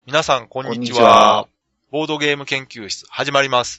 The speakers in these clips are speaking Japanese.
皆さん、こんにちこんにちはは。 ボードゲーム研究室、始まります。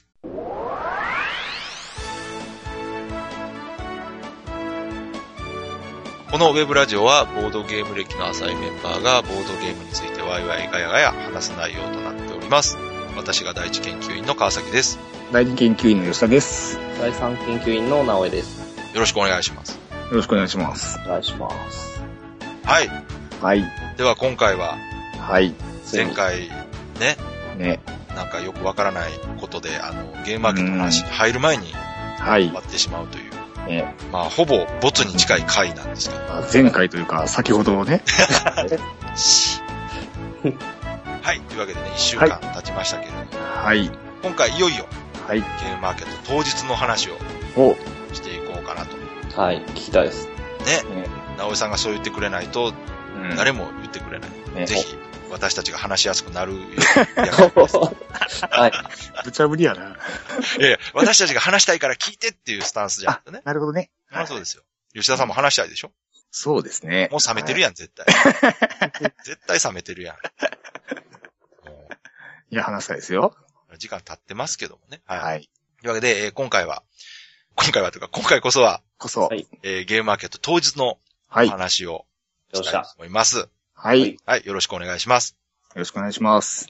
このウェブラジオは、ボードゲーム歴の浅いメンバーが、ボードゲームについてワイワイガヤガヤ話す内容となっております。私が第一研究員の川崎です。 第二研究員の吉田です。 第三研究員の直江です。 よろしくお願いします。 よろしくお願いします。 お願いします。 はい。 はい。 では今回は、 はい。 前回、ね、なんかよくわからないことで、ゲームマーケットの話に入る前にはい終わ。ってしまうという、 ね、 まあ、ほぼボツに近い回なんですけど。 前回というか、先ほどね。 はい。というわけでね、1週間経ちましたけれども、 はい。 今回いよいよはい。 ゲームマーケット当日の話をお、 していこうかなと。 はい、聞きたいです。 ね。 ね、 直江さんがそう言ってくれないと、 うん、 誰も言ってくれない。 ね、 ぜひ、私たちが話しやすくなるようにやってます。 はい。 無茶ぶりやな。 いやいや、私たちが話したいから聞いてっていうスタンスじゃなくてね。 なるほどね。 まあそうですよ。吉田さんも話したいでしょ？ そうですね。 もう冷めてるやん、絶対。絶対冷めてるやん。 いや、話したいですよ。 時間経ってますけどもね。はい。 はい。 というわけで、今回というか、今回こそは、 こそ。 はいゲームマーケット当日のおはい。 話をよっしゃしたいと。思います。 はい。よはい、よろしくお願いします。 ろしくお願いします。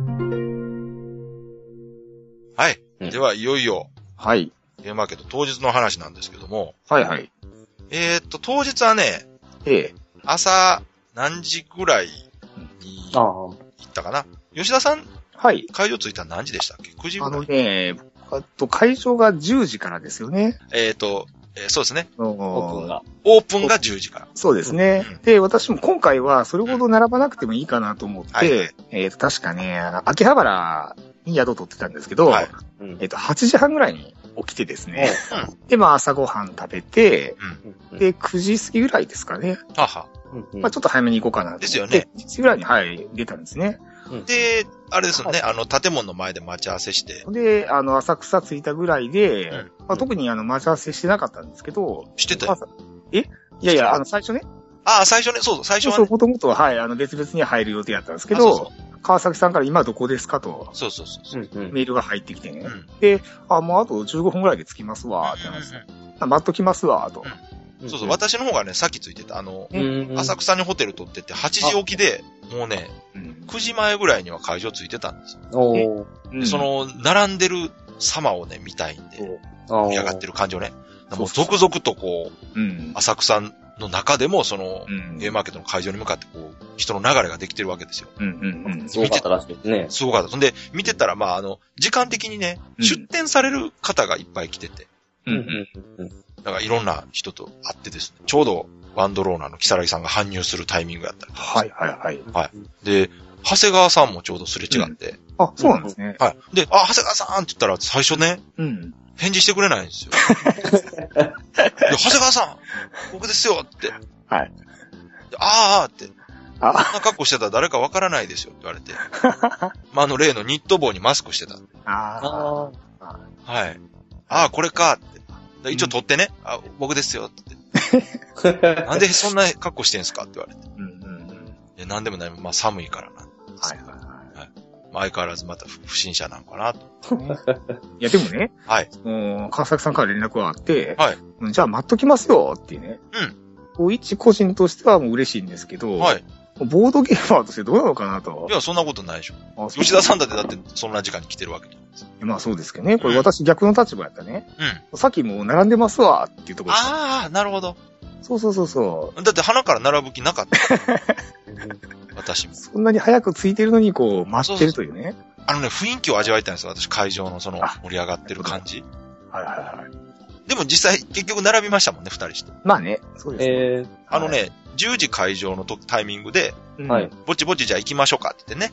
はい。 うんでは、いよいよ、 はい。 ゲームマーケット当日の話なんですけども、 はいはい。 当日はね、 ええ。 朝何時ぐらいにああ。 行ったかな。吉田さん、 はい。 会場着いたの何時でしたっけ？ 9 時ぐらい。 ね、会場が10時からですよね。 そうですね。 オープンが。 オープンが10時から。 そうですね。 うんで、私も今回はそれほど並ばなくてもいいかなと思って、 はい確かね、秋葉原に宿取ってたんですけど、 はいうん。 8時半ぐらいに起きてですね。で、まあ朝ごはん食べて、で、9時過ぎぐらいですかね。 はは。 まあちょっと早めに行こうかなと思って。 ですよね。 9時ぐらいに、はい、出たんですね。 で、あれですよね、建物の前で待ち合わせして。 で、浅草着いたぐらいで、 うんまあ、特に待ち合わせしてなかったんですけど、 してたよ。 いやいや、最初ね、 ああ、最初ね、そう、最初はそう、 ね。 もともとは、はい、別々に入る予定だったんですけど、 あそう川崎さんから今どこですかと、 そうそうそう。 メールが入ってきてね。 うんで、もうあと15分ぐらいで着きますわ、って話。待っときますわ、と。 そうそう、私の方がね、さっき着いてた。 うん。 浅草にホテル取ってて、8時起きで、もうね、 うん 9時前ぐらいには会場着いてたんですよ。 おー。 うんでそ、の、並んでる様をね、見たいんで、盛り上がってる感じをね。もう続々とこう、 うん。 浅草の中でも、その、 うん。 ゲームマーケットの会場に向かってこう、人の流れができてるわけですよ。 うん、うん、うん。 すごかったらしいですね。 すごかった。そんで、見てたら、まあ、時間的にね、 うん出店される方がいっぱい来てて、 うん、うん。 だからいろんな人と会ってですね、ちょうどワンドローナーの木更木さんが搬入するタイミングやったりとかはい、はい、はい。 で、長谷川さんもちょうどすれ違って、 あ、そうなんですね。 はい。で、長谷川さんって言ったら最初ね、 うん。 返事してくれないんですよ。いや長谷川さん僕ですよって。 はい。 あーって。 あ、 こんな格好してたら誰かわからないですよって言われて。まあ、例のニット帽にマスクしてた。 あはい。ああ、これかって。で一応撮ってね、あ、僕ですよって。なんでそんな格好してんすかって言われて。 うん、うん、うん。 いや、なんでもない。まあ、寒いからな。 はい、はい、はまあ、相変わらずまた不審者なのかなと。 い。いや、でもね、 はい。 川崎さんから連絡があって、 はい。 じゃあ待っときますよっていうね。うん。一個人としてはもう嬉しいんですけど、 はい。 ボードゲーマーとしてどうなのかなとい。や、そんなことないでしょ。 あそう吉田さんだってそんな時間に来てるわけじゃないですか。 まあそうですけどね。これ私逆の立場やったね。 うん。 さっきもう並んでますわっていうところです。 ああ、なるほど。 そうそうそうそう。 だって鼻から並ぶ気なかった。私も。 そんなに早く着いてるのにこう待ってるというね。 雰囲気を味わいたいんですよ。私、会場のそのあ盛り上がってる感じ。 はいはいはい。 でも実際、結局並びましたもんね、二人して。 まあね、そうですね。 ね、10時会場のタイミングで、 うんはい。 ぼちぼちじゃあ行きましょうかって言ってね。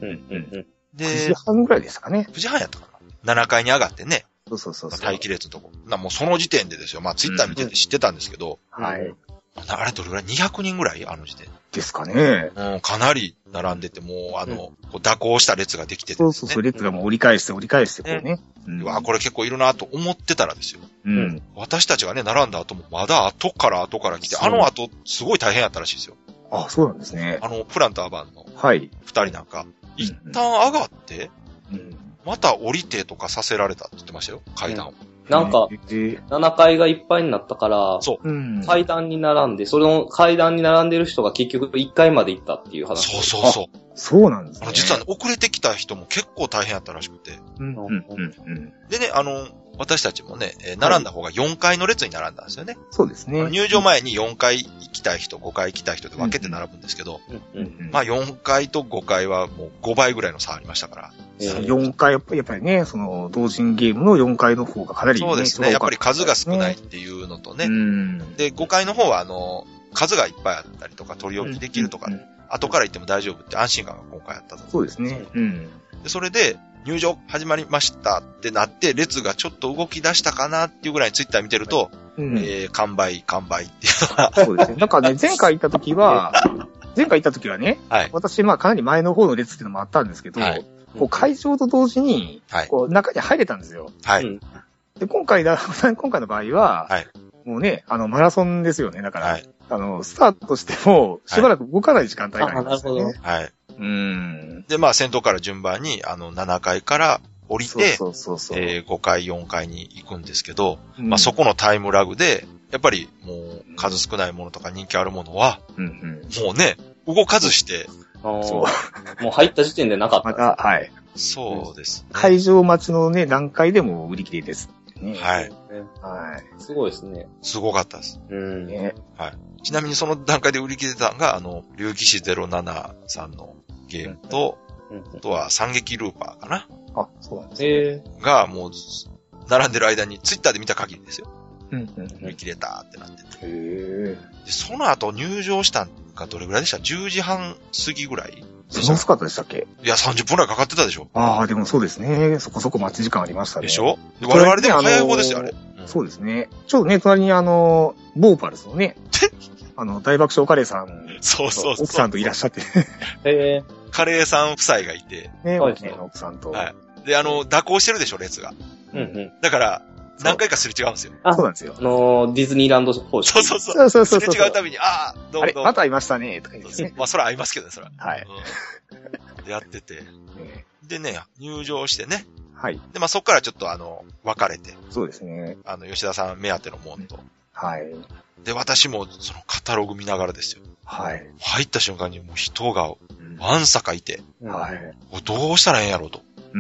9 で時、半ぐらいでしたかね。 9時半やったかな。7階に上がってね、 そうそうそうそう。 待機列のとこ。もうその時点でですよ。まあツイッター見てて知ってたんですけど、 はい。 あれどれぐらい ?200 人ぐらいあの時点。 ですかね。 うん、かなり並んでて、もうこう蛇行した列ができててですね。 そうそうそう、列がもう折り返して折り返してこうね。 うわ、これ結構いるなと思ってたらですよ。 うん。 私たちがね、並んだ後もまだ後から来て、 そう後、すごい大変やったらしいですよ。 あ、そうなんですね。 プランとアバンのはい。 二人なんか、 一旦上がって、 うん、 また降りてとかさせられたって言ってましたよ、階段を。 なんか、7階がいっぱいになったから、 そう。 階段に並んで、その階段に並んでる人が結局1階まで行ったっていう話。 そう。 そうなんですね。 実はね、遅れてきた人も結構大変やったらしくて。でね、私たちもね、並んだ方が4階の列に並んだんですよね。 そうですね。 入場前に4階行きたい人、5階行きたい人で分けて並ぶんですけど、まあ4階と5階はもう5倍ぐらいの差ありましたから。 4階、やっぱりね、その、同人ゲームの4階の方がかなり、ね、 そうですね。やっぱり数が少ないっていうのとね。で、5階の方は数がいっぱいあったりとか、取り置きできるとか、後から行っても大丈夫って安心感が今回あったと。 そうですね。 で、それで、入場始まりましたってなって、列がちょっと動き出したかなっていうぐらいツイッター見てると、完売っていうのが。 そうですね。なんかね、前回行った時はね、 はい、 私、かなり前の方の列っていうのもあったんですけど、はい、こう会場と同時に、こう中に入れたんですよ。 はい。 で、今回の場合は、はい、もうね、マラソンですよね。だから、はい、スタートしても、しばらく動かない時間帯がありますよね。 はい。で、先頭から順番に、7階から降りて、5階、4階に行くんですけど、そこのタイムラグで、やっぱりもう数少ないものとか人気あるものは、もうね、動かずして、 もう入った時点でなかった。 また、はい。 そうです、ね。 会場待ちのね、段階でも売り切れです、ね。 はい。 はい。すごいですね。 すごかったです。 ね、 はい。ちなみにその段階で売り切れたのが、竜騎士07さんのゲームと、あとは惨劇ルーパーかな。 あ、そうなんですね。 が、もう、並んでる間に、ツイッターで見た限りですよ。売り切れたってなってて。で、その後入場したんがどれぐらいでした ?10 時半過ぎぐらいそんな遅かったでしたっけ？ いや、30分くらいかかってたでしょ。 ああ、でもそうですね。そこそこ待ち時間ありましたね。 でしょ？我々でも早い方ですよ、あれ。 そうですね。ちょうどね、隣にボーパルスのね、大爆笑カレーさん、 そう。 奥さんといらっしゃって。 カレーさん夫妻がいて。 ね、奥さんと。 はい。で、蛇行してるでしょ、列が。だから、何回かすれ違うんですよ。 そうなんですよ。 ディズニーランド方式。 そう。すれ違うたびに、どうも。 あれ、また会いましたね、とか言ってね。 それは会いますけどね、それは。 はい。 やってて。でね、入場してね。 はい。 で、そっからちょっと別れて。 そうですね。 吉田さん目当てのもんと。 はい。 で、私もそのカタログ見ながらですよ。 はい。 入った瞬間にもう人が、わんさかいて。 はい。 どうしたらええんやろうと。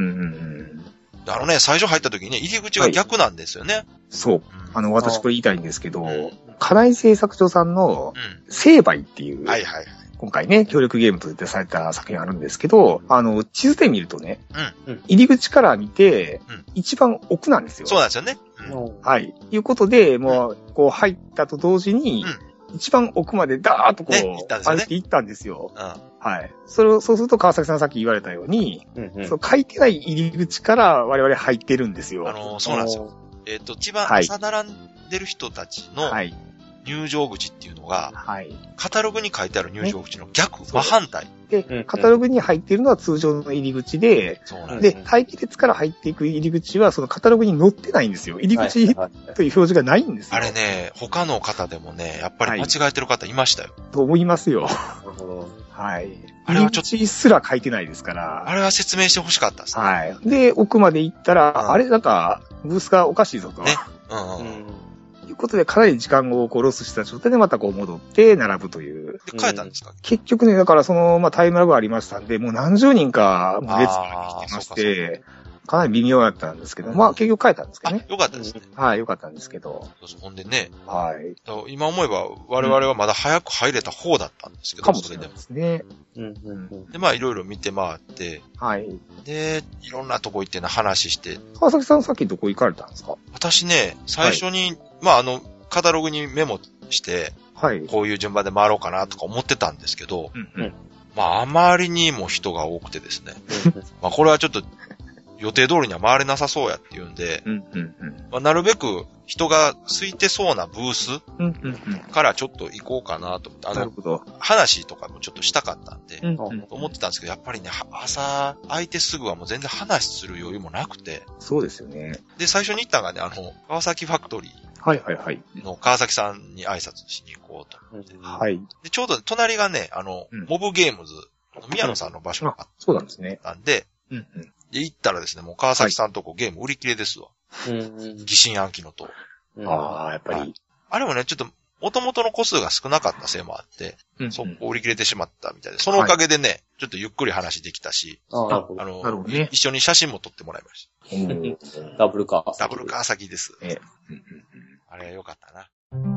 最初入った時にね、入り口が逆なんですよね。 そう。私これ言いたいんですけど、家内製作所さんの、成敗っていう、今回ね、協力ゲームとしてされた作品あるんですけど、地図で見るとね、入り口から見て、一番奥なんですよ。 そうなんですよね。 はい。いうことで、もう、こう入ったと同時に、一番奥までダーッとこう、歩いていったんですよ。はい。そうすると川崎さんさっき言われたように、書いてない入り口から我々入ってるんですよ。 そうなんですよ。一番朝並んでる人たちの入場口っていうのが、カタログに書いてある入場口の逆、真反対。 で、カタログに入っているのは通常の入り口で、で、待機列から入っていく入り口はそのカタログに載ってないんですよ。入り口という表示がないんですよ。 あれね、他の方でもね、やっぱり間違えてる方いましたよ。 と思いますよ。はい。入り口すら書いてないですから。 あれは説明してほしかったですね。 はい。で、奥まで行ったら、あれなんか、ブースがおかしいぞと。ね。ということで、かなり時間をロスした状態でまた戻って並ぶという。 で、帰ったんですか？ 結局ね、だからタイムラグがありましたんで、もう何十人か列が来てまして、かなり微妙だったんですけど、結局帰ったんですけどね。 よかったですね。 はい、よかったんですけど。 ほんでね。 はい。 今思えば、我々はまだ早く入れた方だったんですけど、 かもしれないですね。 で、いろいろ見て回って、 はい。 で、いろんなとこ行って話して。 川崎さんさっきどこ行かれたんですか？ 私ね、最初に、カタログにメモして、こういう順番で回ろうかなとか思ってたんですけど、あまりにも人が多くてですね。これはちょっと、予定通りには回れなさそうやっていうんで、なるべく人が空いてそうなブースからちょっと行こうかなと思って、 なるほど。 話とかもちょっとしたかったんで、思ってたんですけど、やっぱりね、朝空いてすぐはもう全然話する余裕もなくて。 そうですよね。 で、最初に行ったのがね、川崎ファクトリーの川崎さんに挨拶しに行こうと思って。 はい。 で、ちょうど隣がね、モブゲームズ宮野さんの場所があった。 そうなんですね。 なんで、で、行ったらですね、もう川崎さんとこゲーム売り切れですわ。疑心暗鬼のと。 ああ、やっぱり。 あれもね、ちょっと、元々の個数が少なかったせいもあって、そこ売り切れてしまったみたいで、そのおかげでね、ちょっとゆっくり話できたし、一緒に写真も撮ってもらいました。 ダブル川崎です。あれ良かったな。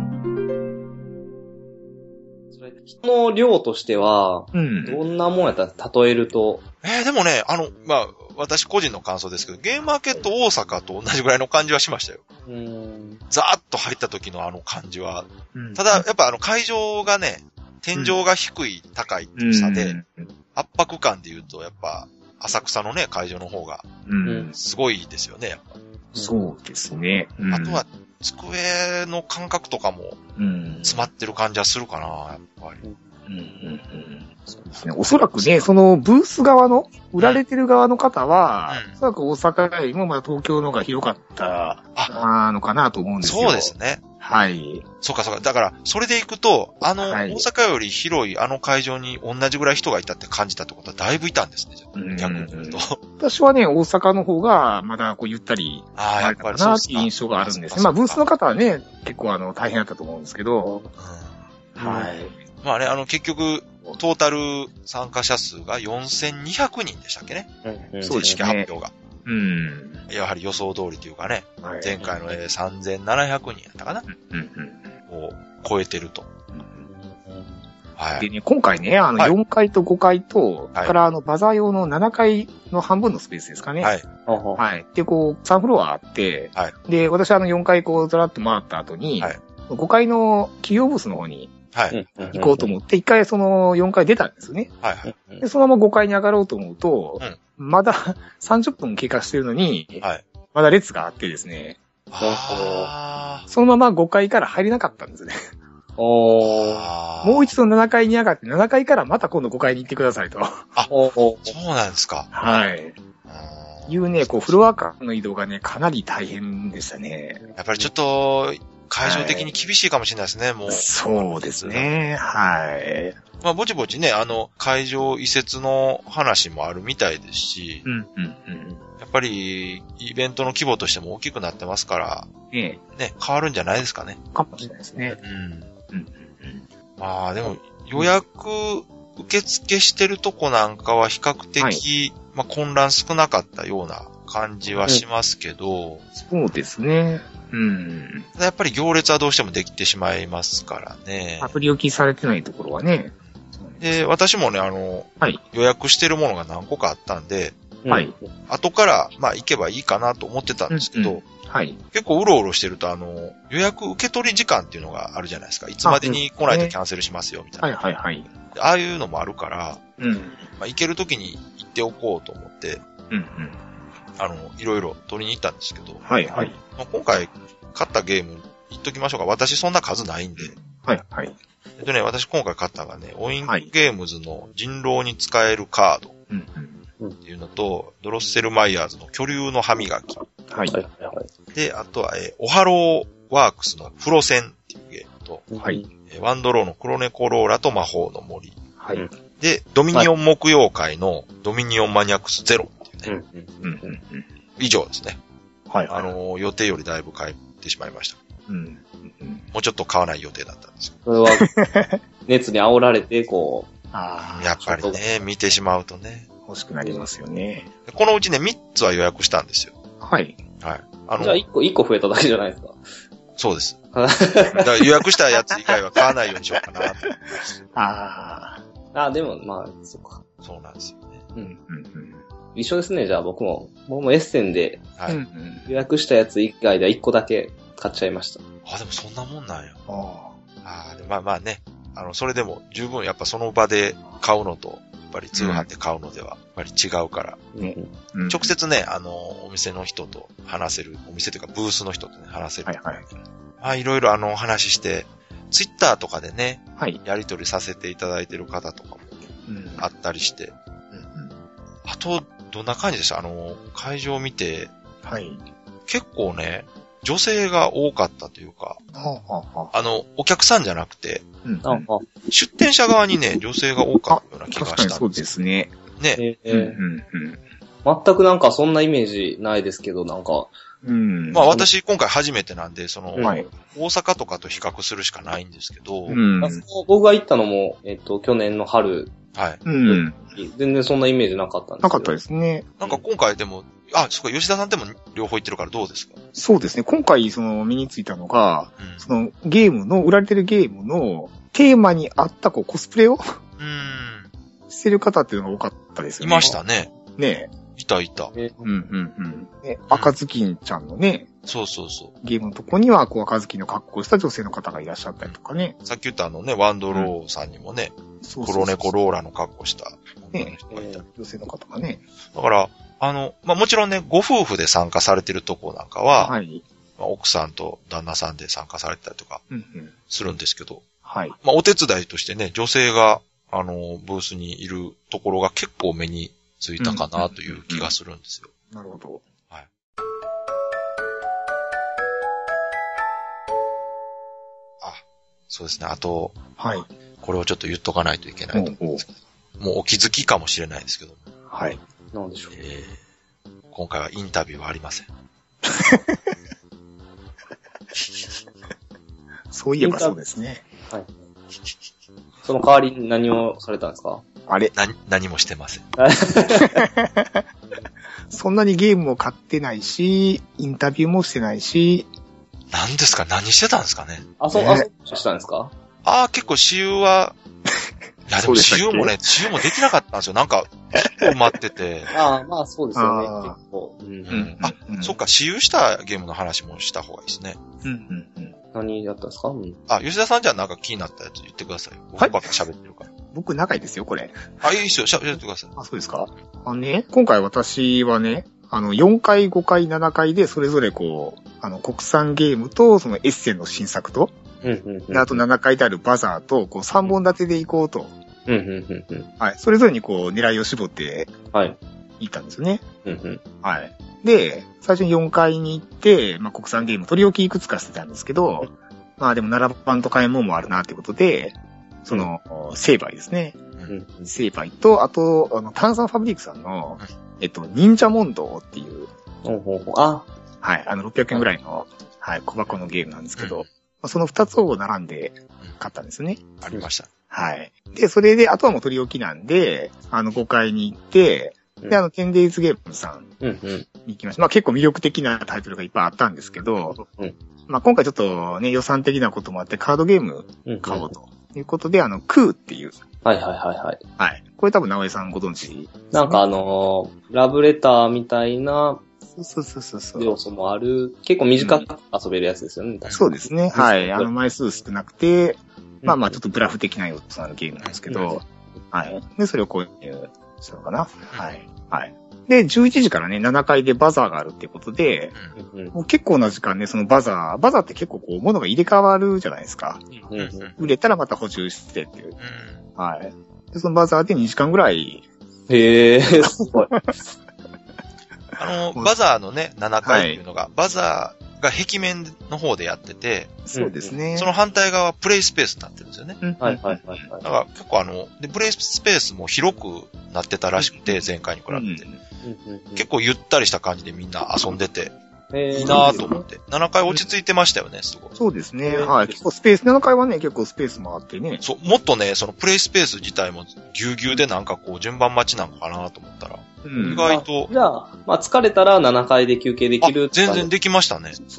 人の量としては、どんなもんやったら例えると。 でもね、私個人の感想ですけど、ゲームマーケット大阪と同じぐらいの感じはしましたよ。ザーッと入った時のあの感じは。ただ、やっぱ会場がね、天井が低い、高い差で、圧迫感で言うと、やっぱ、浅草のね、会場の方が、すごいですよね、やっぱ。 そうですね。 あとは、机の感覚とかも、詰まってる感じはするかな、やっぱり。 そうですね。おそらくね、そのブース側の、売られてる側の方は、おそらく大阪よりも東京の方が広かったのかなと思うんですよ。 そうですね。 はい。 そうか。だから、それで行くと、大阪より広い会場に同じぐらい人がいたって感じたってことはだいぶいたんですね。逆に言うと。 私はね、大阪の方がまだゆったり、やっぱりかなっていう印象があるんですね。ブースの方はね、結構大変だったと思うんですけど、はい。 結局、トータル参加者数が4200人でしたっけね。正式発表が。やはり予想通りというかね、前回の3700人やったかな。を超えてると。 でね、今回ね、4階と5階と、からバザー用の7階の半分のスペースですかね。はい。で、3フロアあって、で、私4階ずらっと回った後に、5階の企業ブースの方に、行こうと思って、1回その4階出たんですよね。で、そのまま5階に上がろうと思うと、まだ30分経過してるのに、まだ列があってですね、そのまま5階から入れなかったんですね。もう一度7階に上がって、7階からまた今度5階に行ってくださいと。 そうなんですか。 はい。いうね、フロア間の移動がね、かなり大変でしたね。 やっぱりちょっと、会場的に厳しいかもしれないですね、もう。 そうですね。はい。 ぼちぼちね、会場移設の話もあるみたいですし、やっぱり、イベントの規模としても大きくなってますから、ね、変わるんじゃないですかね。 かもしれないですね。 でも、予約受付してるとこなんかは比較的、混乱少なかったような感じはしますけど、 そうですね。 やっぱり行列はどうしてもできてしまいますからね。 アプリ置きされてないところはね。 で、私もね、予約してるものが何個かあったんで、後から、行けばいいかなと思ってたんですけど、結構うろうろしてると、予約受け取り時間っていうのがあるじゃないですか。いつまでに来ないとキャンセルしますよ、みたいな。ああいうのもあるから、行けるときに行っておこうと思って、いろいろ取りに行ったんですけど、今回買ったゲーム言っときましょうか。私そんな数ないんで。私今回買ったのがね、オインゲームズの人狼に使えるカードっていうのと、ドロッセルマイヤーズの巨竜の歯磨き。で、あとは、オハローワークスのフロセンっていうゲームと、ワンドローのクロネコローラと魔法の森。で、ドミニオン木曜会のドミニオンマニアックスゼロっていうね。以上ですね。予定よりだいぶ買ってしまいました。もうちょっと買わない予定だったんですよ。 それは、熱に煽られて、 やっぱりね、見てしまうとね。 欲しくなりますよね。 このうちね、3つは予約したんですよ。 じゃあ1個増えただけじゃないですか。 そうです。だから予約したやつ以外は買わないようにしようかなと思います。でも、そっか。 そうなんですよね。 一緒ですね、じゃあ僕もエッセンで、予約したやつ以外では1個だけ買っちゃいました。 でもそんなもんなんや。ね。それでも十分やっぱその場で買うのと、やっぱり通販で買うのでは、やっぱり違うから。直接ね、お店の人と話せる、お店というかブースの人とね、話せる。いろいろ話して、ツイッターとかでね、やり取りさせていただいてる方とかもあったりして。あと、どんな感じでした？会場を見て、結構ね、女性が多かったというか、 お客さんじゃなくて、出店者側にね、女性が多かったような気がしたんです。 そうですね。 ね。 全くなんかそんなイメージないですけど、なんか。 まあ私今回初めてなんで、大阪とかと比較するしかないんですけど、 僕が行ったのも、去年の春。 はい。 全然そんなイメージなかったんですよ。 なかったですね。 なんか今回でも、そうか、吉田さんでも両方行ってるからどうですか？ そうですね。今回身についたのが、ゲームの、売られてるゲームのテーマに合ったコスプレをしてる方っていうのが多かったですよね。 いましたね。 ねえ。いた。 赤ずきんちゃんのね。 そう。 ゲームのとこには、赤ずきんの格好をした女性の方がいらっしゃったりとかね。 さっき言ったワンドローさんにもね、黒猫ローラの格好した女性の方がね。 だから、もちろんね、ご夫婦で参加されてるとこなんかは、奥さんと旦那さんで参加されてたりとか、するんですけど、お手伝いとしてね、女性が、ブースにいるところが結構目についたかなという気がするんですよ。 なるほど。 はい。そうですね。あと、これをちょっと言っとかないといけないと思うんですけど、もうお気づきかもしれないですけど、 なんでしょう。 今回はインタビューはありません。 そういえばそうですね。 その代わりに何をされたんですか？ 何もしてません。 そんなにゲームも買ってないし、インタビューもしてないし。 何ですか？何してたんですかね？ そうしたんですか？ 結構私有は、いやでも私有もできなかったんですよ。なんか、結構待ってて。 まあそうですよね、結構。 そっか、私有したゲームの話もした方がいいですね。 何やったんですか？ 吉田さんじゃあなんか気になったやつ言ってください。僕ばっか喋ってるから。 僕仲いいですよ、これ。 いいですよ、喋ってください。 そうですか？今回私はね、4回、5回、7回でそれぞれ国産ゲームと、エッセンの新作と、あと7回であるバザーと、3本立てで行こうと。それぞれに狙いを絞って、行ったんですよね。で、最初に4回に行って、国産ゲーム取り置きいくつかしてたんですけど、でも7番と買い物もあるなってことで、セーバイですね。セーバイと、あと、炭酸ファブリックさんの、忍者問答っていう。600円ぐらいの、小箱のゲームなんですけど、その2つを並んで買ったんですね。 ありました。 で、それで、あとはもう取り置きなんで、5階に行って、で、10days ゲームさんに行きました。結構魅力的なタイトルがいっぱいあったんですけど、今回ちょっとね、予算的なこともあってカードゲーム買おうということで、クーっていう。これ多分、直江さんご存知。 なんかラブレターみたいな、要素もある、結構短く遊べるやつですよね。 そうですね。枚数少なくて、ちょっとブラフ的な要素のあるゲームなんですけど、で、それを購入したのかな。で、11時からね、7階でバザーがあるっていうことで、もう結構な時間ね、そのバザーって結構物が入れ替わるじゃないですか。売れたらまた補充してっていう。で、そのバザーで2時間ぐらい。 すごい。 バザーのね、7階っていうのが、バザーが壁面の方でやってて、 そうですね。 その反対側はプレイスペースになってるんですよね。だから結構で、プレイスペースも広くなってたらしくて、前回に比べて。結構ゆったりした感じでみんな遊んでて、いいなぁと思って。7階落ち着いてましたよね、すごい。 そうですね。結構スペース、7階はね、結構スペースもあってね。 もっとね、そのプレイスペース自体もぎゅうぎゅうでなんか順番待ちなのかなと思ったら、意外と。 じゃあ、疲れたら7階で休憩できる。 全然できましたね。 そう。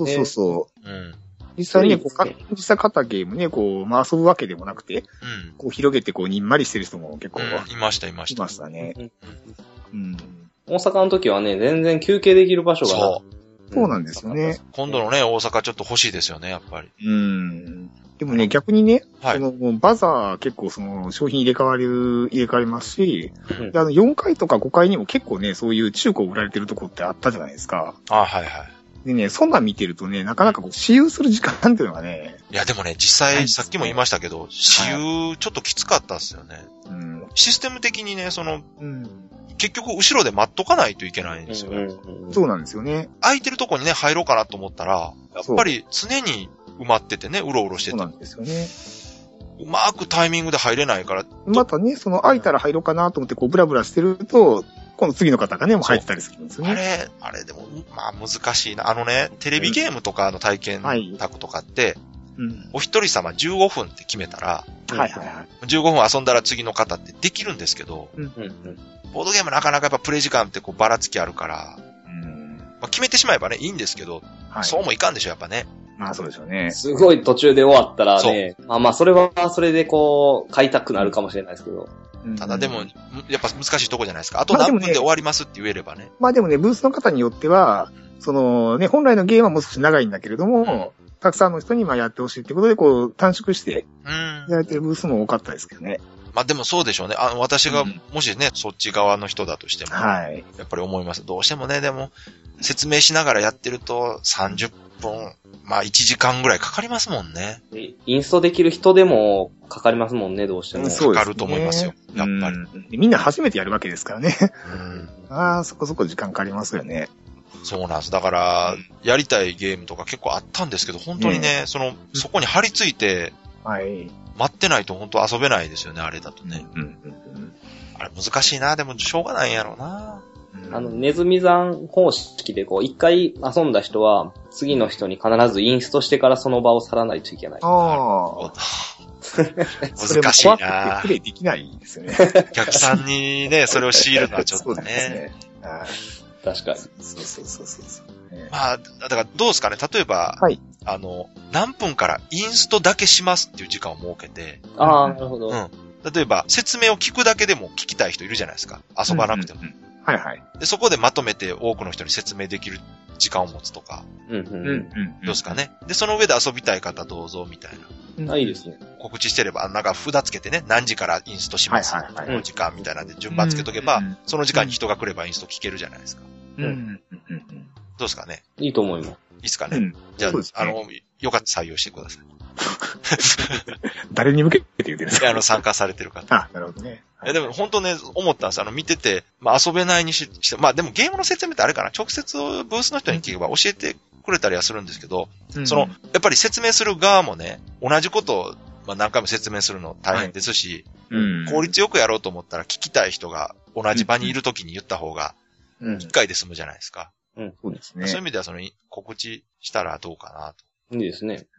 実際ね、実際買ったゲームね、遊ぶわけでもなくて、広げてにんまりしてる人も結構、 いました。いましたね。 大阪の時はね、全然休憩できる場所がそうなんですよね。 今度のね、大阪ちょっと欲しいですよね、やっぱり。 でもね、逆にね、バザー結構商品入れ替わりますし、4階とか5階にも結構ね、そういう中古売られてるとこってあったじゃないですか。でね、そんなん見てるとね、なかなか私有する時間っていうのがね。 いや、でもね、実際、さっきも言いましたけど、私有ちょっときつかったっすよね。システム的にね、結局後ろで待っとかないといけないんですよ。 そうなんですよね。 空いてるとこにね、入ろうかなと思ったら、やっぱり常に埋まっててね、うろうろしてて。 そうなんですよね。 うまくタイミングで入れないから。 またね、空いたら入ろうかなと思ってこうブラブラしてると、今度次の方がね、もう入ってたりするんですよね。 あれでも、まあ難しいな。テレビゲームとかの体験宅とかって、お一人様15分って決めたら、15分遊んだら次の方ってできるんですけど、ボードゲームなかなかやっぱプレイ時間ってこうばらつきあるから、まあ、決めてしまえばね、いいんですけど、そうもいかんでしょ、やっぱね。 まあそうでしょうね。 すごい途中で終わったらね、まあそれはそれでこう、買いたくなるかもしれないですけど。 ただでも、やっぱ難しいとこじゃないですか。あと何分で終わりますって言えればね。 まあでもね、ブースの方によっては、本来のゲームはもう少し長いんだけれども、たくさんの人にやってほしいってことで、こう、短縮して、やれてるブースも多かったですけどね。 まあでもそうでしょうね。私が、もしね、そっち側の人だとしても、やっぱり思います。どうしてもね、でも、説明しながらやってると、30分、まあ1時間ぐらいかかりますもんね。 インストできる人でもかかりますもんね、どうしても。 かかると思いますよ、やっぱり。みんな初めてやるわけですからね。そこそこ時間かかりますよね。 そうなんです。だから、やりたいゲームとか結構あったんですけど、本当にね、そこに張り付いて、待ってないと本当遊べないですよね、あれだとね。あれ難しいな、でもしょうがないんやろうな。 ネズミ山方式でこう、一回遊んだ人は、次の人に必ずインストしてからその場を去らないといけない。 難しいな。 プレイできないですよね。 お客さんにね、それを強いるのはちょっとね。 確かに。 まあ、だからどうですかね、例えば、何分からインストだけしますっていう時間を設けて。 なるほど。 例えば、説明を聞くだけでも聞きたい人いるじゃないですか。遊ばなくても。で、そこでまとめて多くの人に説明できる時間を持つとか。どうですかね。で、その上で遊びたい方どうぞ、みたいな。 いいですね。 告知してれば、なんか札つけてね、何時からインストします。この時間みたいなんで順番つけとけば、その時間に人が来ればインスト聞けるじゃないですか。どうですかね。 いいと思います。 いいですかね。じゃあ、よかったら採用してください。 誰に向けて言ってるんですか？ 参加されてる方。 なるほどね。 でも本当ね、思ったんです。見てて、遊べないにして、でもゲームの説明ってあれかな、直接ブースの人に聞けば教えてくれたりはするんですけど、やっぱり説明する側もね、同じことを、何回も説明するの大変ですし、効率よくやろうと思ったら聞きたい人が同じ場にいるときに言った方が、一回で済むじゃないですか。 そうですね。 そういう意味では告知したらどうかなと。 いいですね。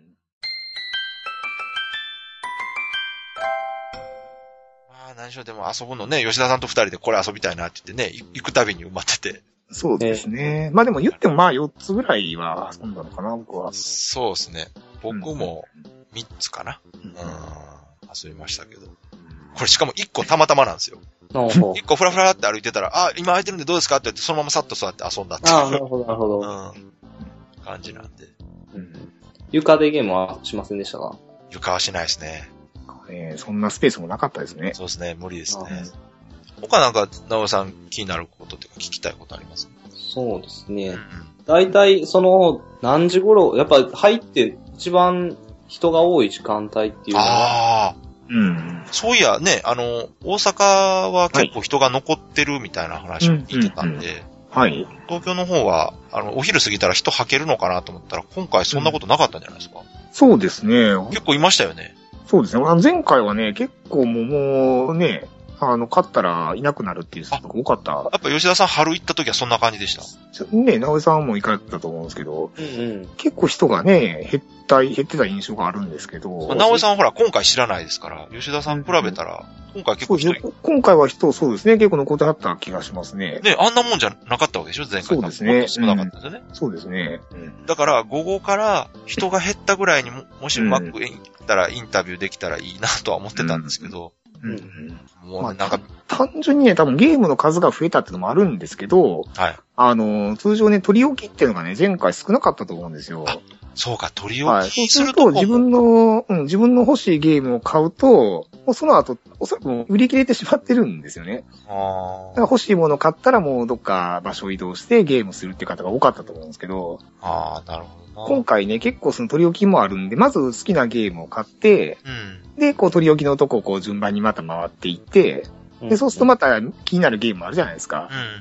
何しろでも遊ぶのね、吉田さんと二人でこれ遊びたいなって言ってね、行くたびに埋まってて。 そうですね。でも言っても4つぐらいは遊んだのかな、僕は。 そうですね。僕も3つかな。遊びましたけど。これしかも1個たまたまなんですよ。1個フラフラって歩いてたら、今空いてるんでどうですかって言って、そのままさっと座って遊んだっていう。 なるほど、なるほど。 感じなんで。 床でゲームはしませんでしたか？ 床はしないですね。 そんなスペースもなかったですね。 そうですね、無理ですね。他なんか、直江さん気になることというか聞きたいことあります？ そうですね。だいたい何時頃、やっぱ入って一番人が多い時間帯っていうのは。 そういやね、大阪は結構人が残ってるみたいな話を聞いてたんで、東京の方は、お昼過ぎたら人吐けるのかなと思ったら、今回そんなことなかったんじゃないですか？ そうですね。 結構いましたよね。 そうですね。前回はね、結構もうね、勝ったらいなくなるっていう人が多かった。 やっぱ吉田さん春行った時はそんな感じでした？ ね、直江さんも行かれてたと思うんですけど、結構人がね、減ってた印象があるんですけど。 直江さんほら、今回知らないですから、吉田さん比べたら、今回結構人今回はそうですね、結構残ってはった気がしますね。 ね、あんなもんじゃなかったわけでしょ、前回。 そうですね。 少なかったですよね。 そうですね。 だから、午後から人が減ったぐらいにもしうまくいったらインタビューできたらいいなとは思ってたんですけど、もうなんか、 単純にね、多分ゲームの数が増えたっていうのもあるんですけど、通常ね、取り置きっていうのがね、前回少なかったと思うんですよ。 そうか、取り置きすると。 自分の欲しいゲームを買うと、もうその後、おそらくもう売り切れてしまってるんですよね。だから欲しいものを買ったらもうどっか場所を移動してゲームするっていう方が多かったと思うんですけど、 なるほど。 今回ね、結構その取り置きもあるんで、まず好きなゲームを買って、で、こう取り置きのとこを順番にまた回っていって、で、そうするとまた気になるゲームあるじゃないですか。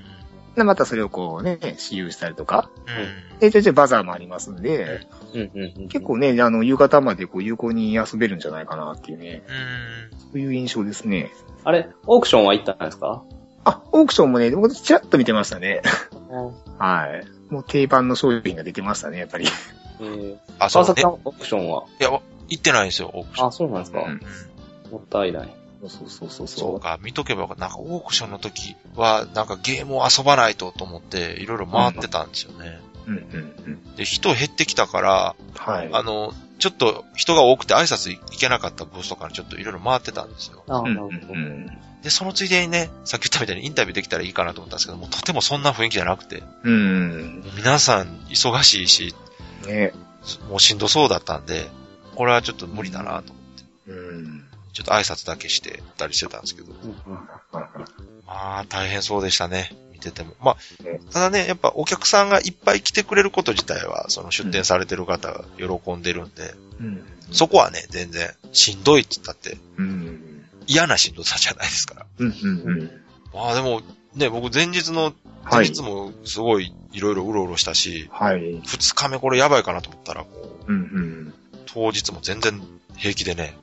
で、またそれをこうね、私有したりとか。で、ちょいちょいバザーもありますんで、結構ね、夕方までこう有効に遊べるんじゃないかなっていうね。そういう印象ですね。 あれ、オークションは行ったんですか？ オークションもね、僕ちらっと見てましたね。はい。もう定番の商品が出てましたね、やっぱり。 川崎さん、オークションは？ いや、行ってないんですよ、オークション。 そうなんですか。もったいない。 そうか、見とけばよかった。なんかオークションの時は、なんかゲームを遊ばないと思って、いろいろ回ってたんですよね。で、人減ってきたから、ちょっと人が多くて挨拶行けなかったブースとかにちょっといろいろ回ってたんですよ。で、そのついでにね、さっき言ったみたいにインタビューできたらいいかなと思ったんですけども、とてもそんな雰囲気じゃなくて。皆さん忙しいし、もうしんどそうだったんで、これはちょっと無理だなと思って。ちょっと挨拶だけしてたりしてたんですけど。まあ、大変そうでしたね。見てても。まあ、ただね、やっぱお客さんがいっぱい来てくれること自体は、その出店されてる方が喜んでるんで、そこはね、全然しんどいって言ったって、嫌なしんどさじゃないですから。まあでも、ね、僕前日もすごいいろいろうろうろしたし、2日目これやばいかなと思ったら、当日も全然平気でね、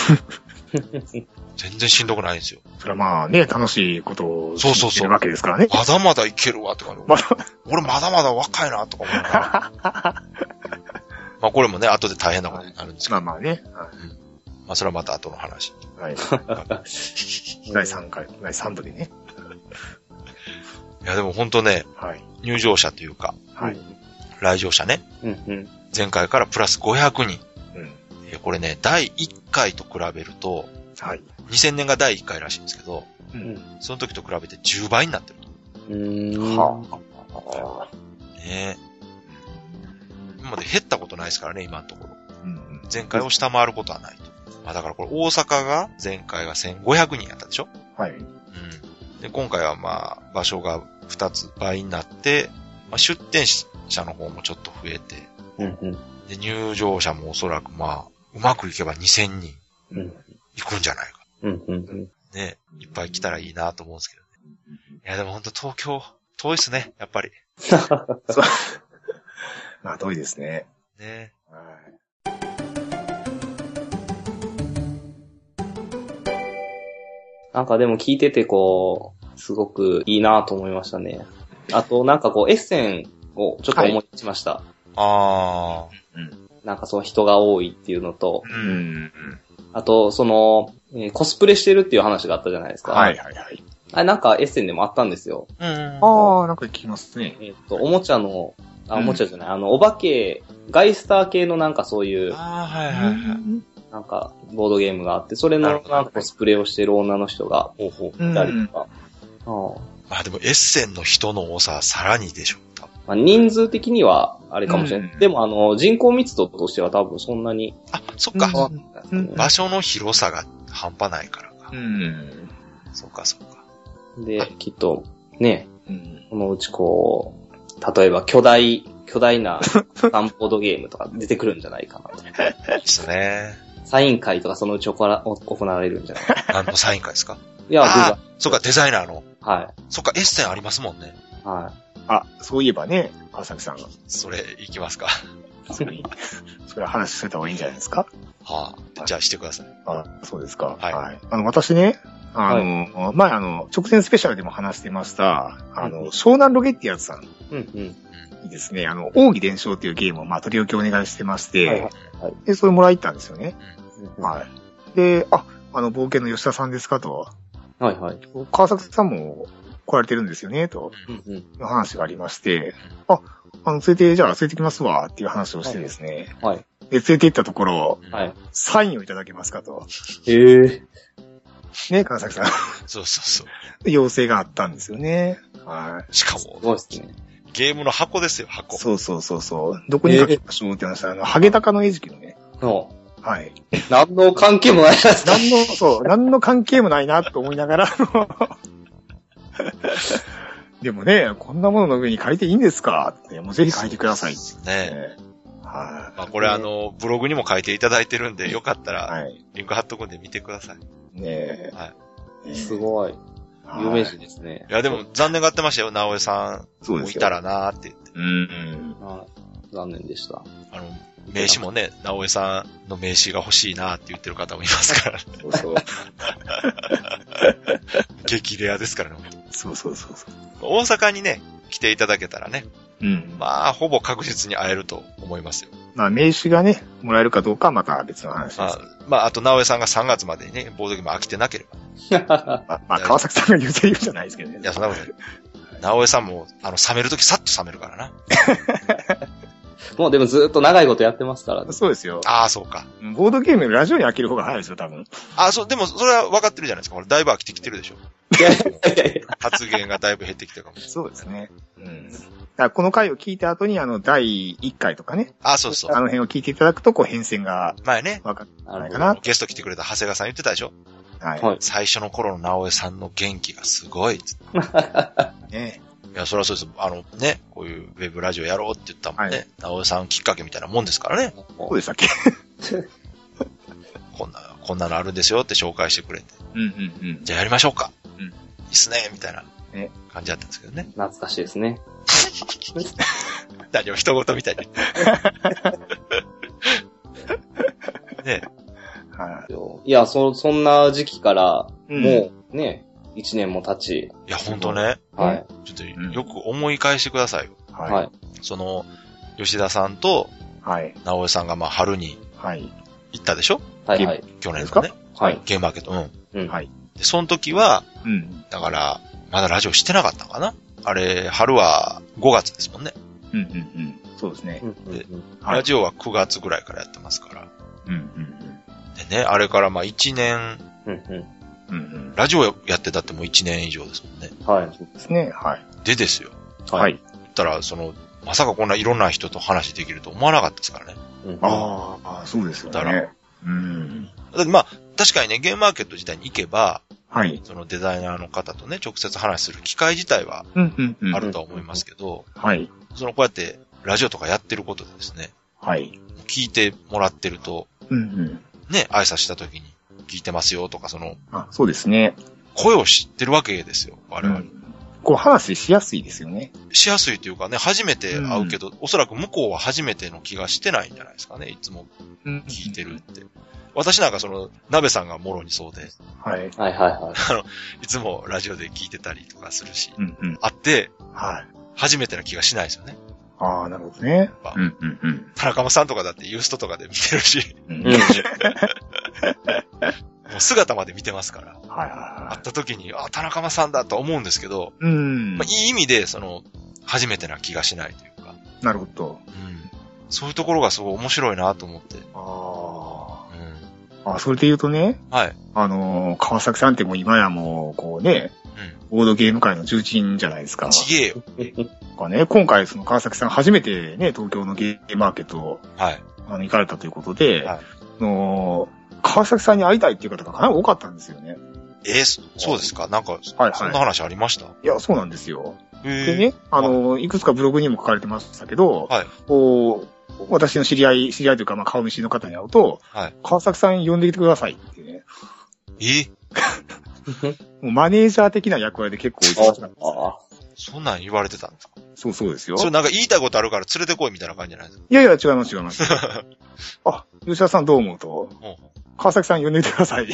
全然しんどくないんですよ。 それはまあね、楽しいことをしてるわけですからね。 まだまだいけるわとか、俺まだまだ若いなとか思いながら。まあこれもね、後で大変なことになるんですけど。 まあね。 まあそれはまた後の話。 第3部でね。 いやでも本当ね、入場者というか、来場者ね、前回からプラス500人。これね、第1回と比べると、2000年が第1回らしいんですけど、その時と比べて10倍になってると。ねえ。今まで減ったことないですからね、今のところ。前回を下回ることはないと。まあだからこれ大阪が前回が1500人やったでしょ？で、今回はまあ場所が2つ倍になって、まあ、出店者の方もちょっと増えて、で、入場者もおそらくまあ、うまくいけば2000人行くんじゃないか。ね、いっぱい来たらいいなと思うんですけどね。いやでもほんと東京、遠いっすね、やっぱり。 まあ遠いですね。 ね。 なんかでも聞いててこう、すごくいいなと思いましたね。あとなんかこう、エッセンをちょっと思い出しました。なんかその人が多いっていうのと、あとその、コスプレしてるっていう話があったじゃないですか。あれなんかエッセンでもあったんですよ。 なんか聞きますね。 おもちゃの、おもちゃじゃない、お化け、ガイスター系のなんかそういう、なんかボードゲームがあって、それのなんかコスプレをしてる女の人がいたりとか。 まあでもエッセンの人の多さはさらにでしょ。 まあ、人数的にはあれかもしれない。でも人口密度としては多分そんなに。 そっか。場所の広さが半端ないからか。そっか。 で、きっと、ね、このうちこう、例えば巨大なサンボードゲームとか出てくるんじゃないかなと。 ですね。 サイン会とかそのうち行われるんじゃないかな。 何のサイン会ですか？ いや、 そっか、デザイナーの。そっか、エッセンありますもんね。 そういえばね、川崎さんが。 それ、行きますか。 それは話しといた方がいいんじゃないですか？ じゃあしてください。 そうですか。私ね、前直前スペシャルでも話してました、湘南ロゲってやつさんにですね、奥義伝承っていうゲームを取り置きお願いしてまして、で、それもらいに行ったんですよね。で、冒険の吉田さんですかと。川崎さんも来られてるんですよね、と。いう話がありまして、連れてきますわ、っていう話をしてですね。で、連れて行ったところ、サインをいただけますかと。ね、川崎さん。 そう。 要請があったんですよね。 しかも、ゲームの箱ですよ、箱。 そう。どこに書きましょうって話したら、ハゲタカの餌食のね。 何の関係もない何の関係もないなと思いながら、でもね、こんなものの上に書いていいんですかって、もうぜひ書いてくださいってまあこれブログにも書いていただいてるんで、よかったら、リンク貼っとくんで見てください。 すごい。 有名人ですね。 いや、でも残念がってましたよ、直江さんもいたらなーって言って。 残念でした。 名刺もね、直江さんの名刺が欲しいなって言ってる方もいますから。そうそう。激レアですからね。 そう。 大阪にね、来ていただけたらね。まあ、ほぼ確実に会えると思いますよ。 まあ、名刺がね、もらえるかどうかはまた別の話です。 まあ、あと、直江さんが3月までにね、ボードゲーム飽きてなければ。まあ、川崎さんが言うセリフじゃないですけどね。 いや、そんなことない。直江さんも、冷めるときさっと冷めるからな。 もうでもずっと長いことやってますからね。 そうですよ。 ああ、そうか。 ボードゲームラジオに飽きる方が早いですよ、多分。 でもそれは分かってるじゃないですか。だいぶ飽きてきてるでしょ。発言がだいぶ減ってきてるかも。 そうですね。だからこの回を聞いた後に第1回とかね。 そうそう。 辺を聞いていただくと、変遷が。 前ね。 分かんないかな。 ゲスト来てくれた長谷川さん言ってたでしょ。 はい。 最初の頃の直江さんの元気がすごい。ね。いや、そりゃそうです。ね、こういうウェブラジオやろうって言ったもんね。直江さんきっかけみたいなもんですからね。 そうでしたっけこんなのあるんですよって紹介してくれて。じゃあやりましょうか。いいっすね、みたいな感じだったんですけどね。 懐かしいですね。 何を人事みたいに。ね。 いや、そんな時期から、もうね、1年も経ち。 いや、ほんとね。 はい。 ちょっとよく思い返してくださいよ。 はい。 吉田さんと、 はい。 直江さんが春に、 はい。 行ったでしょ？ はい。 去年のね。 はい。 ゲームマーケット。 はい。 で、その時は、だから、まだラジオしてなかったのかな？あれ、春は5月ですもんね。 そうですね。 で、ラジオは9月ぐらいからやってますから。でね、あれから1年、ラジオやってたってもう1年以上ですもんね。 はい。そうですね。はい。 でですよ。 はい。 言ったら、まさかこんないろんな人と話できると思わなかったですからね。 ああ、そうですよね。だから、 確かにね、ゲームマーケット自体に行けば、 はい。 デザイナーの方とね、直接話する機会自体は、あるとは思いますけど、 はい。 こうやって、ラジオとかやってることでですね、 はい。 聞いてもらってると、ね、挨拶した時に、聞いてますよとか、 そうですね。 声を知ってるわけですよ、我々。 話しやすいですよね。 しやすいというかね、初めて会うけど、おそらく向こうは初めての気がしてないんじゃないですかね、いつも聞いてるって。私なんか鍋さんがもろにそうで。 はい。 いつもラジオで聞いてたりとかするし、会って、 はい。 初めてな気がしないですよね。 ああ、なるほどね。 田中さんとかだってユーストとかで見てるし。もう姿まで見てますから。会った時に、田中さんだと思うんですけど、いい意味で、初めてな気がしないというか。 なるほど。 そういうところがすごい面白いなと思って。 それで言うとね。 はい。 川崎さんってもう今やもう、ボードゲーム界の重鎮じゃないですか。 ちげえよ。 今回川崎さん初めてね、東京のゲームマーケットはい。 行かれたということで、川崎さんに会いたいっていう方がかなり多かったんですよね。 そうですか？なんか、そんな話ありました？ いや、そうなんですよ。でね、いくつかブログにも書かれてましたけど、私の知り合いというか、顔見知りの方に会うと、川崎さん呼んできてくださいってね。もうマネージャー的な役割で結構忙しかったです。 そんなん言われてたんですか？ そうですよ。 それなんか言いたいことあるから連れてこいみたいな感じじゃないですか？ いや、違います。吉田さんどう思うと、川崎さん呼んできてください。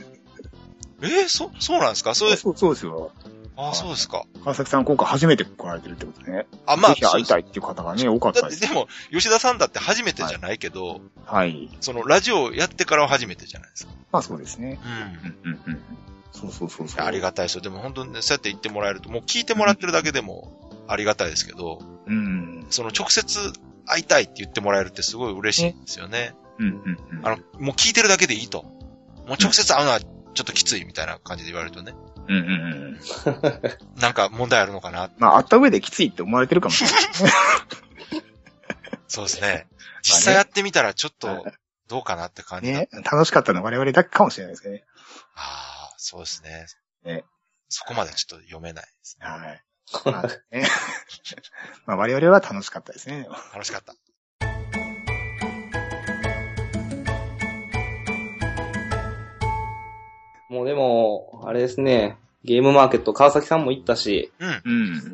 そうなんですか？そうですよ。 そうですか。 川崎さん今回初めて来られてるってことね。ぜひ会いたいっていう方がね、多かったです。 でも、吉田さんだって初めてじゃないけど、 はい。 ラジオやってからは初めてじゃないですか。 そうですね。そう。 ありがたいですよ。でも本当にね、そうやって言ってもらえると、もう聞いてもらってるだけでもありがたいですけど、直接会いたいって言ってもらえるってすごい嬉しいんですよね。もう聞いてるだけでいいと。もう直接会うのはちょっときついみたいな感じで言われるとね。なんか問題あるのかな。 会った上できついって思われてるかもしれない。 そうですね。実際やってみたらちょっとどうかなって感じ。 楽しかったのは我々だけかもしれないですけどね。 そうですね。そこまでちょっと読めないですね。 はい。我々は楽しかったですね。 楽しかった。 もうでも、あれですね。 ゲームマーケット、川崎さんも行ったし、 うん。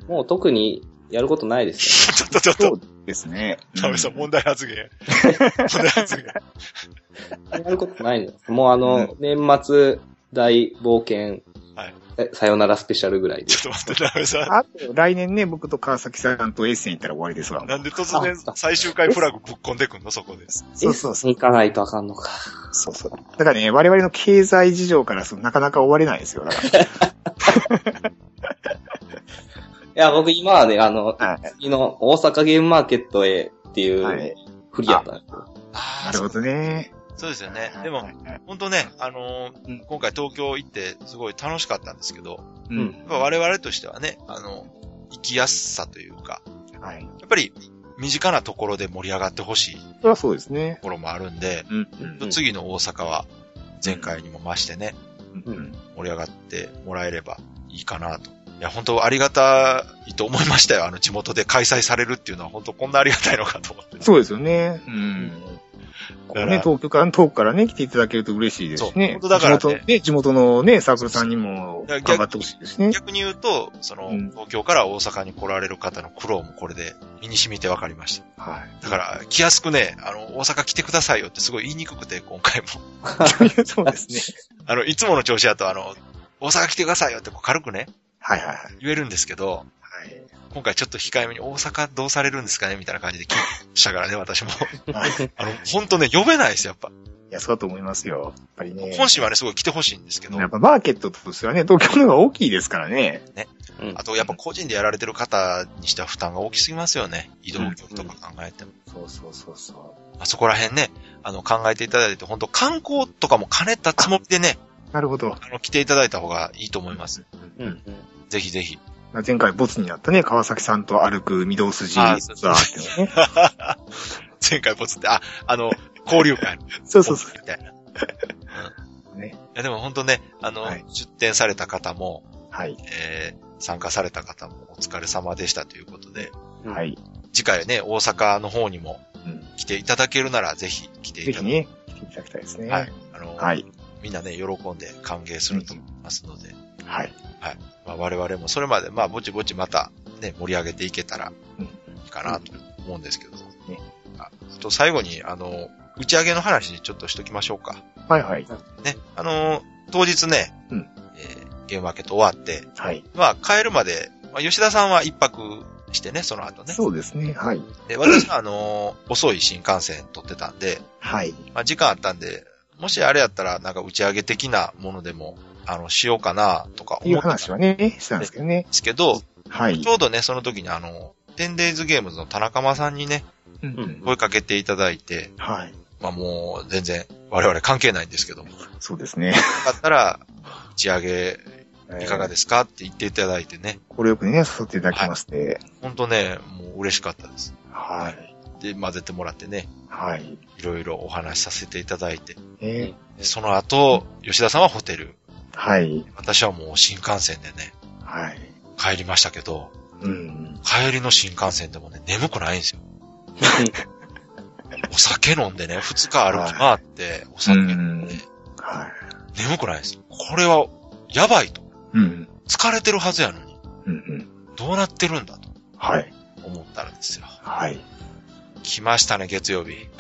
もう特にやることないですよ、ね。ちょっと。そうですね。 田部さん、問題発言。問題発言。 やることないんです。もう年末大冒険、 はい。 さよならスペシャルぐらいで。 ちょっと待って、田部さん。 あと、来年ね、僕と川崎さんとエッセン行ったら終わりですわ。 なんで突然最終回フラグぶっ込んでくんのそこで。 そう。行かないとあかんのか。 そう。だからね、我々の経済事情からなかなか終われないですよ。だからいや、僕今はね、次の大阪ゲームマーケットへっていう、振りやったんですよ。 なるほどね。 そうですよね。でも、ほんとね、今回東京行ってすごい楽しかったんですけど、我々としてはね、行きやすさというか、やっぱり身近なところで盛り上がってほしい。 それはそうですね。 ところもあるんで、次の大阪は前回にも増してね、盛り上がってもらえればいいかなと。いや、本当ありがたいと思いましたよ。地元で開催されるっていうのは本当こんなありがたいのかと思って。 そうですよね。東京から、遠くからね、来ていただけると嬉しいですしね。 本当だからね。 地元のね、サークルさんにも頑張ってほしいですね。 逆に言うと、東京から大阪に来られる方の苦労もこれで身に染みて分かりました。はい。だから、来やすくね、大阪来てくださいよってすごい言いにくくて、今回も。 そうですね。 いつもの調子だと、大阪来てくださいよって軽くね。言えるんですけど、今回ちょっと控えめに大阪どうされるんですかねみたいな感じで聞きましたからね、私も。ほんとね、呼べないですよ、やっぱ。 いや、そうだと思いますよ。やっぱりね。 本心はね、すごい来てほしいんですけど。 やっぱマーケットとしてはね、東京の方が大きいですからね。 ね。あと、やっぱ個人でやられてる方にしては負担が大きすぎますよね。移動距離とか考えても。 そう。 そこら辺ね、考えていただいて、本当観光とかも兼ねたつもりでね。 なるほど。 来ていただいた方がいいと思います。ぜひぜひ。 前回ボツになったね、川崎さんと歩く御堂筋ツアーってね。 前回ボツって、交流会。 そう。 みたいな。いやでも本当ね、出展された方も、参加された方もお疲れ様でしたということで、次回ね、大阪の方にも来ていただけるなら、ぜひ来ていただきたい。 ぜひね、来ていただきたいですね。 みんなね、喜んで歓迎すると思いますので、我々もそれまで、ぼちぼちまたね、盛り上げていけたらいいかなと思うんですけど。あと最後に、打ち上げの話にちょっとしときましょうか。ね、当日ね、ゲームマーケット終わって、帰るまで、吉田さんは一泊してね、その後ね。 そうですね、 で、私は遅い新幹線撮ってたんで、時間あったんで、もしあれやったら、なんか打ち上げ的なものでも、しようかな、とか思ってた。 いう話はね、したんですけどね。 ちょうどね、その時に10days ゲームズの田中間さんにね、声かけていただいて、もう全然我々関係ないんですけども。 そうですね。 よかったら、打ち上げ、いかがですかって言っていただいてね。 これよくね、誘っていただきまして。 ほんとね、もう嬉しかったです。で、混ぜてもらってね。いろいろお話しさせていただいて。その後、吉田さんはホテル。私はもう新幹線でね。帰りましたけど。帰りの新幹線でもね、眠くないんですよ。お酒飲んでね、2日歩き回って、お酒飲んで。眠くないです。これは、やばいと。疲れてるはずやのに。どうなってるんだと。思ったらですよ。来ましたね、月曜日。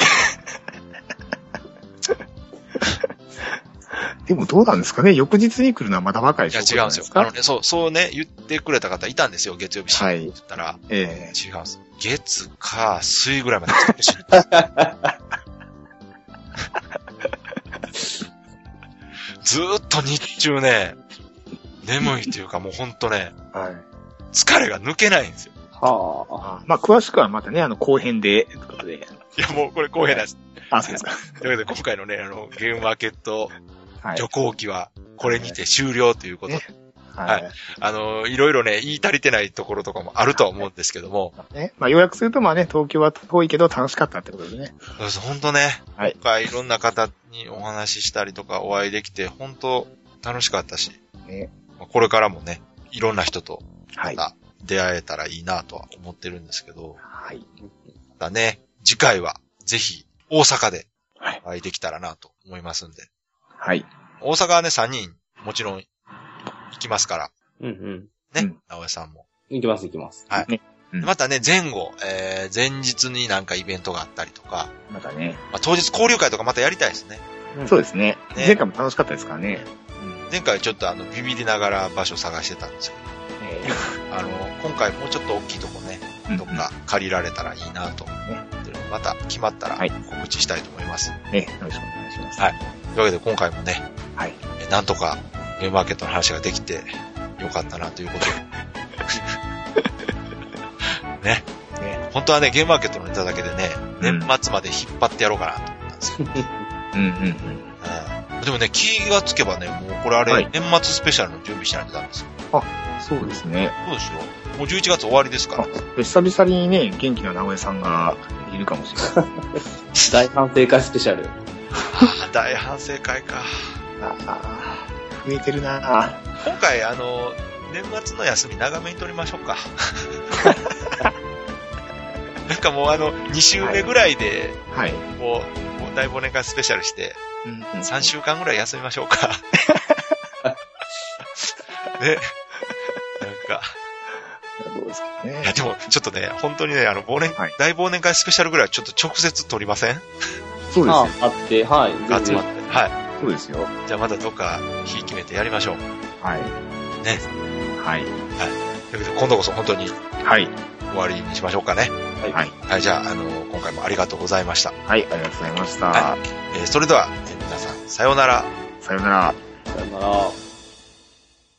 でもどうなんですかね、翌日に来るのはまだ若いでしょ。いや、違うんですよ。そうね、言ってくれた方いたんですよ、月曜日。って言ったら。違うんです。月、火、水ぐらいまで来てしまった。ずーっと日中ね、眠いというかもうほんとね、疲れが抜けないんですよ。 詳しくはまたね、後編で、ということで。 いや、もうこれ後編です。 そうですか。 ということで、今回のね、ゲームマーケット、旅行記は、これにて終了ということで。いろいろね、言い足りてないところとかもあるとは思うんですけども。 要約すると、東京は遠いけど楽しかったってことでね。 そうです、ほんとね。今回いろんな方にお話ししたりとかお会いできて、ほんと楽しかったし。これからもね、いろんな人と、また出会えたらいいなとは思ってるんですけど。だね、次回は、ぜひ、大阪で、お会いできたらなと思いますんで。大阪はね、3人、もちろん、 行きますから。 うんうん。 ね、直江さんも。 行きます。 はい。ねまたね、前後、前日になんかイベントがあったりとか。 またね。 まあ、当日交流会とかまたやりたいですね。 そうですね。前回も楽しかったですからね。 前回ちょっとビビりながら場所探してたんですよ。今回もうちょっと大きいとこね、どっか借りられたらいいなと。また決まったら告知したいと思います。 ね、よろしくお願いします。 はい。というわけで今回もね、はい。なんとかゲームマーケットの話ができてよかったなということで。ね。本当はね、ゲームマーケットのネタだけでね、年末まで引っ張ってやろうかなと思ったんですよ。でもね、気がつけばね、もうこれあれ、年末スペシャルの準備しないとダメですよ。 あ、そうですね。 そうですよ。もう11月終わりですから。 久々にね、元気な直江さんがいるかもしれない。 大反省会スペシャル。 大反省会か。 増えてるな今回、年末の休み長めに取りましょうか。なんかもう2週目ぐらいで、はい。もう大忘年会スペシャルして、3週間ぐらい休みましょうか。ね。なんか。 どうですかね。 いや、でも、ちょっとね、本当にね、大忘年会スペシャルぐらいちょっと直接撮りません？ そうですよ。 あって、はい。 集まって。はい。 そうですよ。 じゃあまたどっか日決めてやりましょう。 はい。 ね。 はい。はい。 ということで、今度こそ本当に。はい。終わりにしましょうかね。 はい。 はい、じゃあ、今回もありがとうございました。 はい、ありがとうございました。はい、 それでは、皆さん、さようなら。 さようなら。 さようなら。